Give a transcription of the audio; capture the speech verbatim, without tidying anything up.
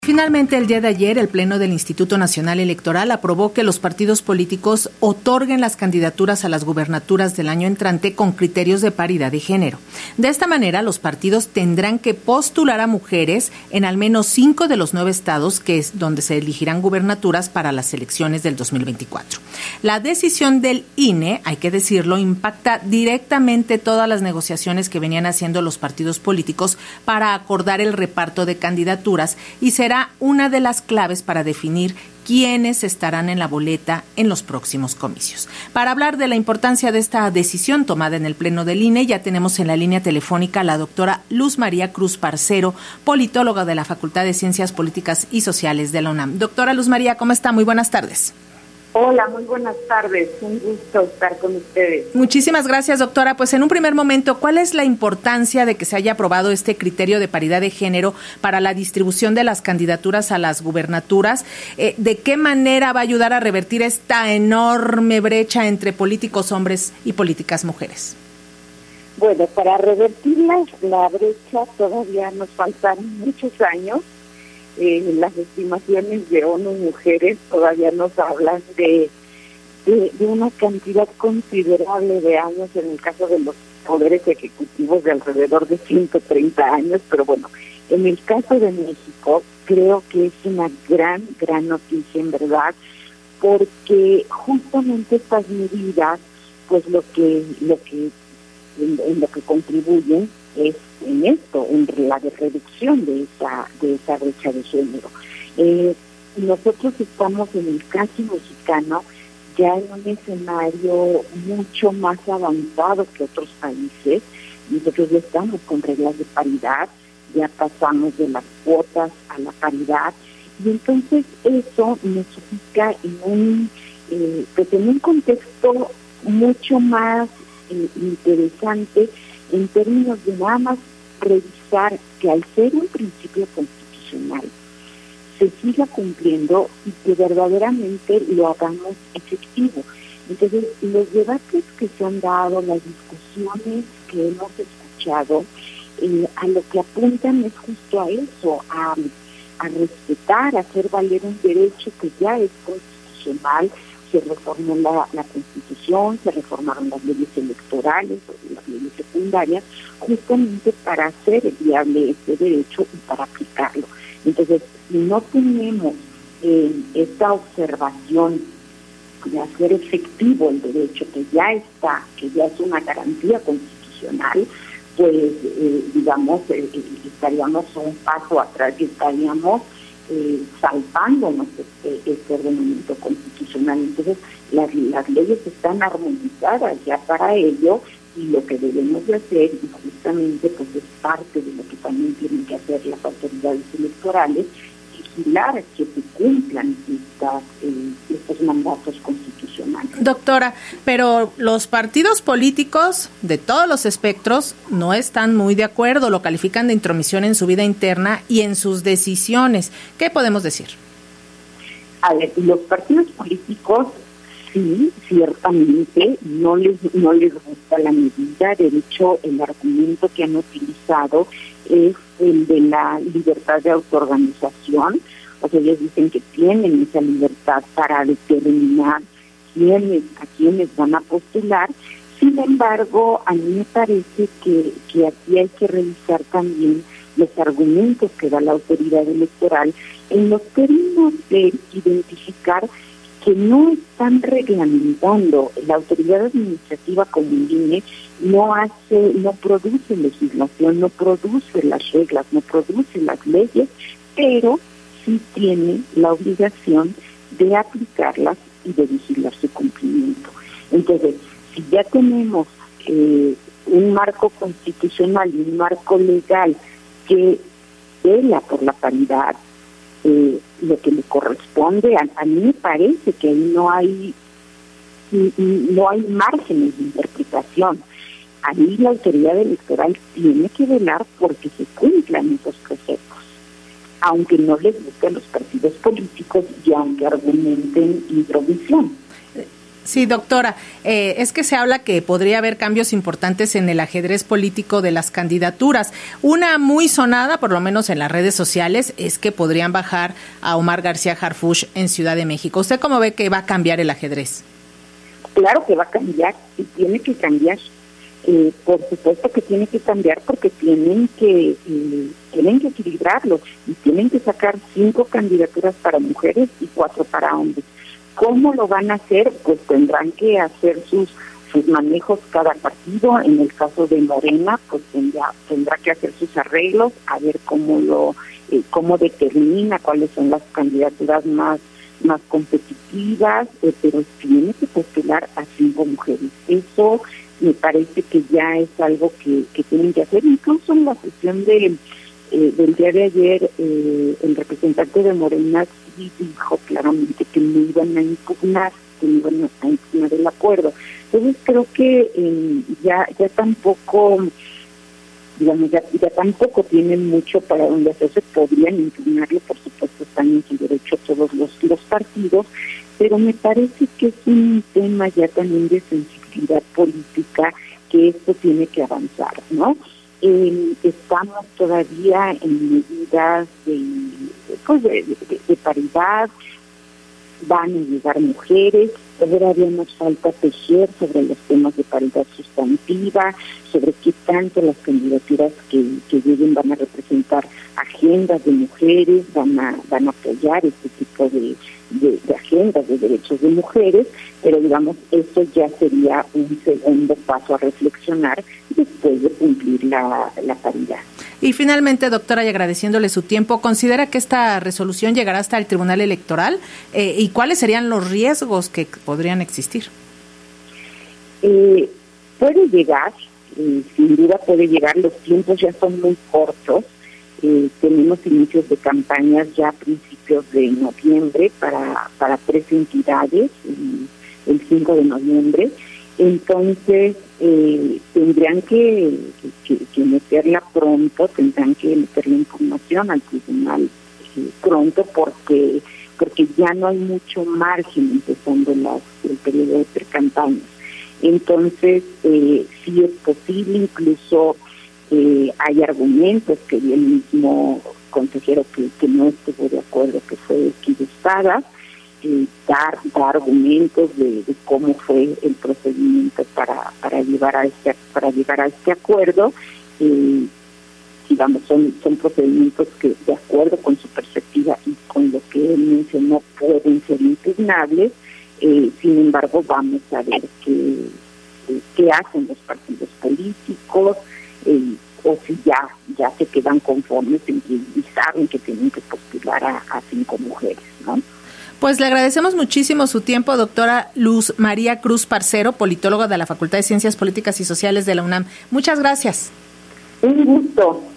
Finalmente, el día de ayer, el Pleno del Instituto Nacional Electoral aprobó que los partidos políticos otorguen las candidaturas a las gubernaturas del año entrante con criterios de paridad de género. De esta manera, los partidos tendrán que postular a mujeres en al menos cinco de los nueve estados que es donde se elegirán gubernaturas para las elecciones del dos mil veinticuatro. La decisión del I N E, hay que decirlo, impacta directamente todas las negociaciones que venían haciendo los partidos políticos para acordar el reparto de candidaturas y será una de las claves para definir quiénes estarán en la boleta en los próximos comicios. Para hablar de la importancia de esta decisión tomada en el Pleno del I N E, ya tenemos en la línea telefónica a la doctora Luz María Cruz Parcero, politóloga de la Facultad de Ciencias Políticas y Sociales de la UNAM. Doctora Luz María, ¿cómo está? Muy buenas tardes. Hola, muy buenas tardes. Un gusto estar con ustedes. Muchísimas gracias, doctora. Pues en un primer momento, ¿cuál es la importancia de que se haya aprobado este criterio de paridad de género para la distribución de las candidaturas a las gubernaturas? Eh, ¿De qué manera va a ayudar a revertir esta enorme brecha entre políticos hombres y políticas mujeres? Bueno, para revertir la, la brecha todavía nos faltan muchos años. Eh, las estimaciones de ONU Mujeres todavía nos hablan de, de, de una cantidad considerable de años, en el caso de los poderes ejecutivos de alrededor de ciento treinta años, pero bueno, en el caso de México creo que es una gran, gran noticia en verdad, porque justamente estas medidas, pues lo que, lo que en, en lo que contribuyen es en esto, en la de reducción de esa de esa brecha de género. Eh, nosotros estamos en el caso mexicano ya en un escenario mucho más avanzado que otros países. Nosotros ya estamos con reglas de paridad, ya pasamos de las cuotas a la paridad, y entonces eso nos ubica en un, eh, pues en un contexto mucho más eh, interesante en términos de nada más revisar que al ser un principio constitucional se siga cumpliendo y que verdaderamente lo hagamos efectivo. Entonces, los debates que se han dado, las discusiones que hemos escuchado, eh, a lo que apuntan es justo a eso, a, a respetar, a hacer valer un derecho que ya es constitucional. Se reformó la, la Constitución, se reformaron las leyes electorales, las leyes secundarias, justamente para hacer viable este derecho y para aplicarlo. Entonces, si no tenemos eh, esta observación de hacer efectivo el derecho que ya está, que ya es una garantía constitucional, pues, eh, digamos, eh, estaríamos un paso atrás y estaríamos Eh, saltándonos este, este ordenamiento constitucional. Entonces, las, las leyes están armonizadas ya para ello, y lo que debemos de hacer, y justamente pues es parte de lo que también tienen que hacer las autoridades electorales, vigilar que se cumplan estas, eh, estos mandatos constitucionales. Doctora, pero los partidos políticos de todos los espectros no están muy de acuerdo, lo califican de intromisión en su vida interna y en sus decisiones. ¿Qué podemos decir? A ver, los partidos políticos sí, ciertamente, no les no les gusta la medida. De hecho, el argumento que han utilizado es el de la libertad de autoorganización. O sea, ellos dicen que tienen esa libertad para determinar quiénes, a quiénes van a postular. Sin embargo, a mí me parece que, que aquí hay que revisar también los argumentos que da la autoridad electoral en los términos de identificar que no están reglamentando. La autoridad administrativa como el I N E no hace, no produce legislación, no produce las reglas, no produce las leyes, pero sí tiene la obligación de aplicarlas y de vigilar su cumplimiento. Entonces, si ya tenemos eh, un marco constitucional y un marco legal que vela por la paridad, Eh, lo que le corresponde, a, a mí me parece que ahí no hay no hay márgenes de interpretación. Ahí la autoridad electoral tiene que velar porque se cumplan esos preceptos, aunque no les gusten los partidos políticos y aunque argumenten intromisión. Sí, doctora, eh, es que se habla que podría haber cambios importantes en el ajedrez político de las candidaturas. Una muy sonada, por lo menos en las redes sociales, es que podrían bajar a Omar García Harfuch en Ciudad de México. ¿Usted cómo ve que va a cambiar el ajedrez? Claro que va a cambiar y tiene que cambiar. Eh, por supuesto que tiene que cambiar porque tienen que eh, tienen que equilibrarlo y tienen que sacar cinco candidaturas para mujeres y cuatro para hombres. ¿Cómo lo van a hacer? Pues tendrán que hacer sus sus manejos cada partido. En el caso de Morena, pues tendrá, tendrá que hacer sus arreglos, a ver cómo lo eh, cómo determina cuáles son las candidaturas más más competitivas, eh, pero tiene que postular a cinco mujeres. Eso me parece que ya es algo que, que tienen que hacer. Incluso en la sesión de, eh, del día de ayer, eh, el representante de Morena sí dijo claramente que no iban a impugnar, que no iban a impugnar el acuerdo. Entonces creo que eh, ya ya tampoco, digamos, ya, ya tampoco tienen mucho para donde hacerse. Podrían impugnarlo, por supuesto, están en su derecho todos los, los partidos, pero me parece que es un tema ya también de sensibilidad política que esto tiene que avanzar, ¿no? Eh, estamos todavía en medidas de, pues de, de, de paridad, van a llegar mujeres, todavía nos falta tejer sobre los temas de paridad sustantiva, sobre qué tanto las candidaturas que, que lleguen van a representar agendas de mujeres, van a van a apoyar este tipo de, de, de agendas de derechos de mujeres, pero digamos, eso ya sería un segundo paso a reflexionar después de cumplir la, la paridad. Y finalmente, doctora, y agradeciéndole su tiempo, ¿considera que esta resolución llegará hasta el Tribunal Electoral? Eh, ¿Y cuáles serían los riesgos que podrían existir? Eh, puede llegar, eh, sin duda puede llegar, los tiempos ya son muy cortos. Eh, tenemos inicios de campañas ya a principios de noviembre para, para tres entidades, el, el cinco de noviembre. Entonces, eh, tendrían que, que, que meterla pronto, tendrán que meter la información al tribunal eh, pronto porque porque ya no hay mucho margen empezando las, el periodo de precampañas. Entonces, eh, sí es posible, incluso eh, hay argumentos que el mismo consejero que, que no estuvo de acuerdo, que fue equivocada, Eh, dar, dar argumentos de, de cómo fue el procedimiento para para llevar a este para llegar a este acuerdo. Eh, digamos, son son procedimientos que, de acuerdo con su perspectiva y con lo que él mencionó, pueden ser impugnables. Eh, sin embargo, vamos a ver qué qué hacen los partidos políticos, eh, o si ya ya se quedan conformes en que, y saben que tienen que postular a, a cinco mujeres, ¿no? Pues le agradecemos muchísimo su tiempo, doctora Luz María Cruz Parcero, politóloga de la Facultad de Ciencias Políticas y Sociales de la UNAM. Muchas gracias. Un gusto.